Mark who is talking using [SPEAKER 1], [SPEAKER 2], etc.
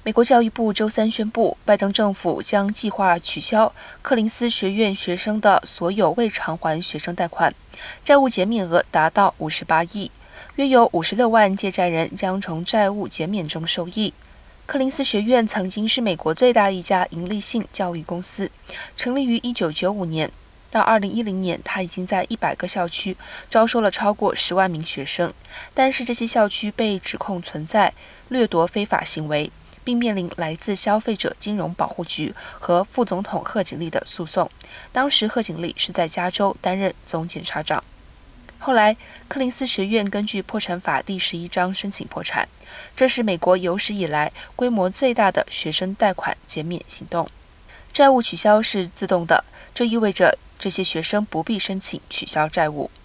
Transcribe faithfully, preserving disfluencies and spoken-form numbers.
[SPEAKER 1] 美国教育部周三宣布，拜登政府将计划取消柯林斯学院学生的所有未偿还学生贷款，债务减免额达到五十八亿，约有五十六万借债人将从债务减免中受益。柯林斯学院曾经是美国最大一家营利性教育公司，成立于一九九五年。到二零一零年，它已经在一百个校区招收了超过十万名学生，但是这些校区被指控存在掠夺非法行为，并面临来自消费者金融保护局和副总统贺锦丽的诉讼。当时贺锦丽是在加州担任总检察长。后来，柯林斯学院根据破产法第十一章申请破产，这是美国有史以来规模最大的学生贷款减免行动。债务取消是自动的，这意味着这些学生不必申请取消债务。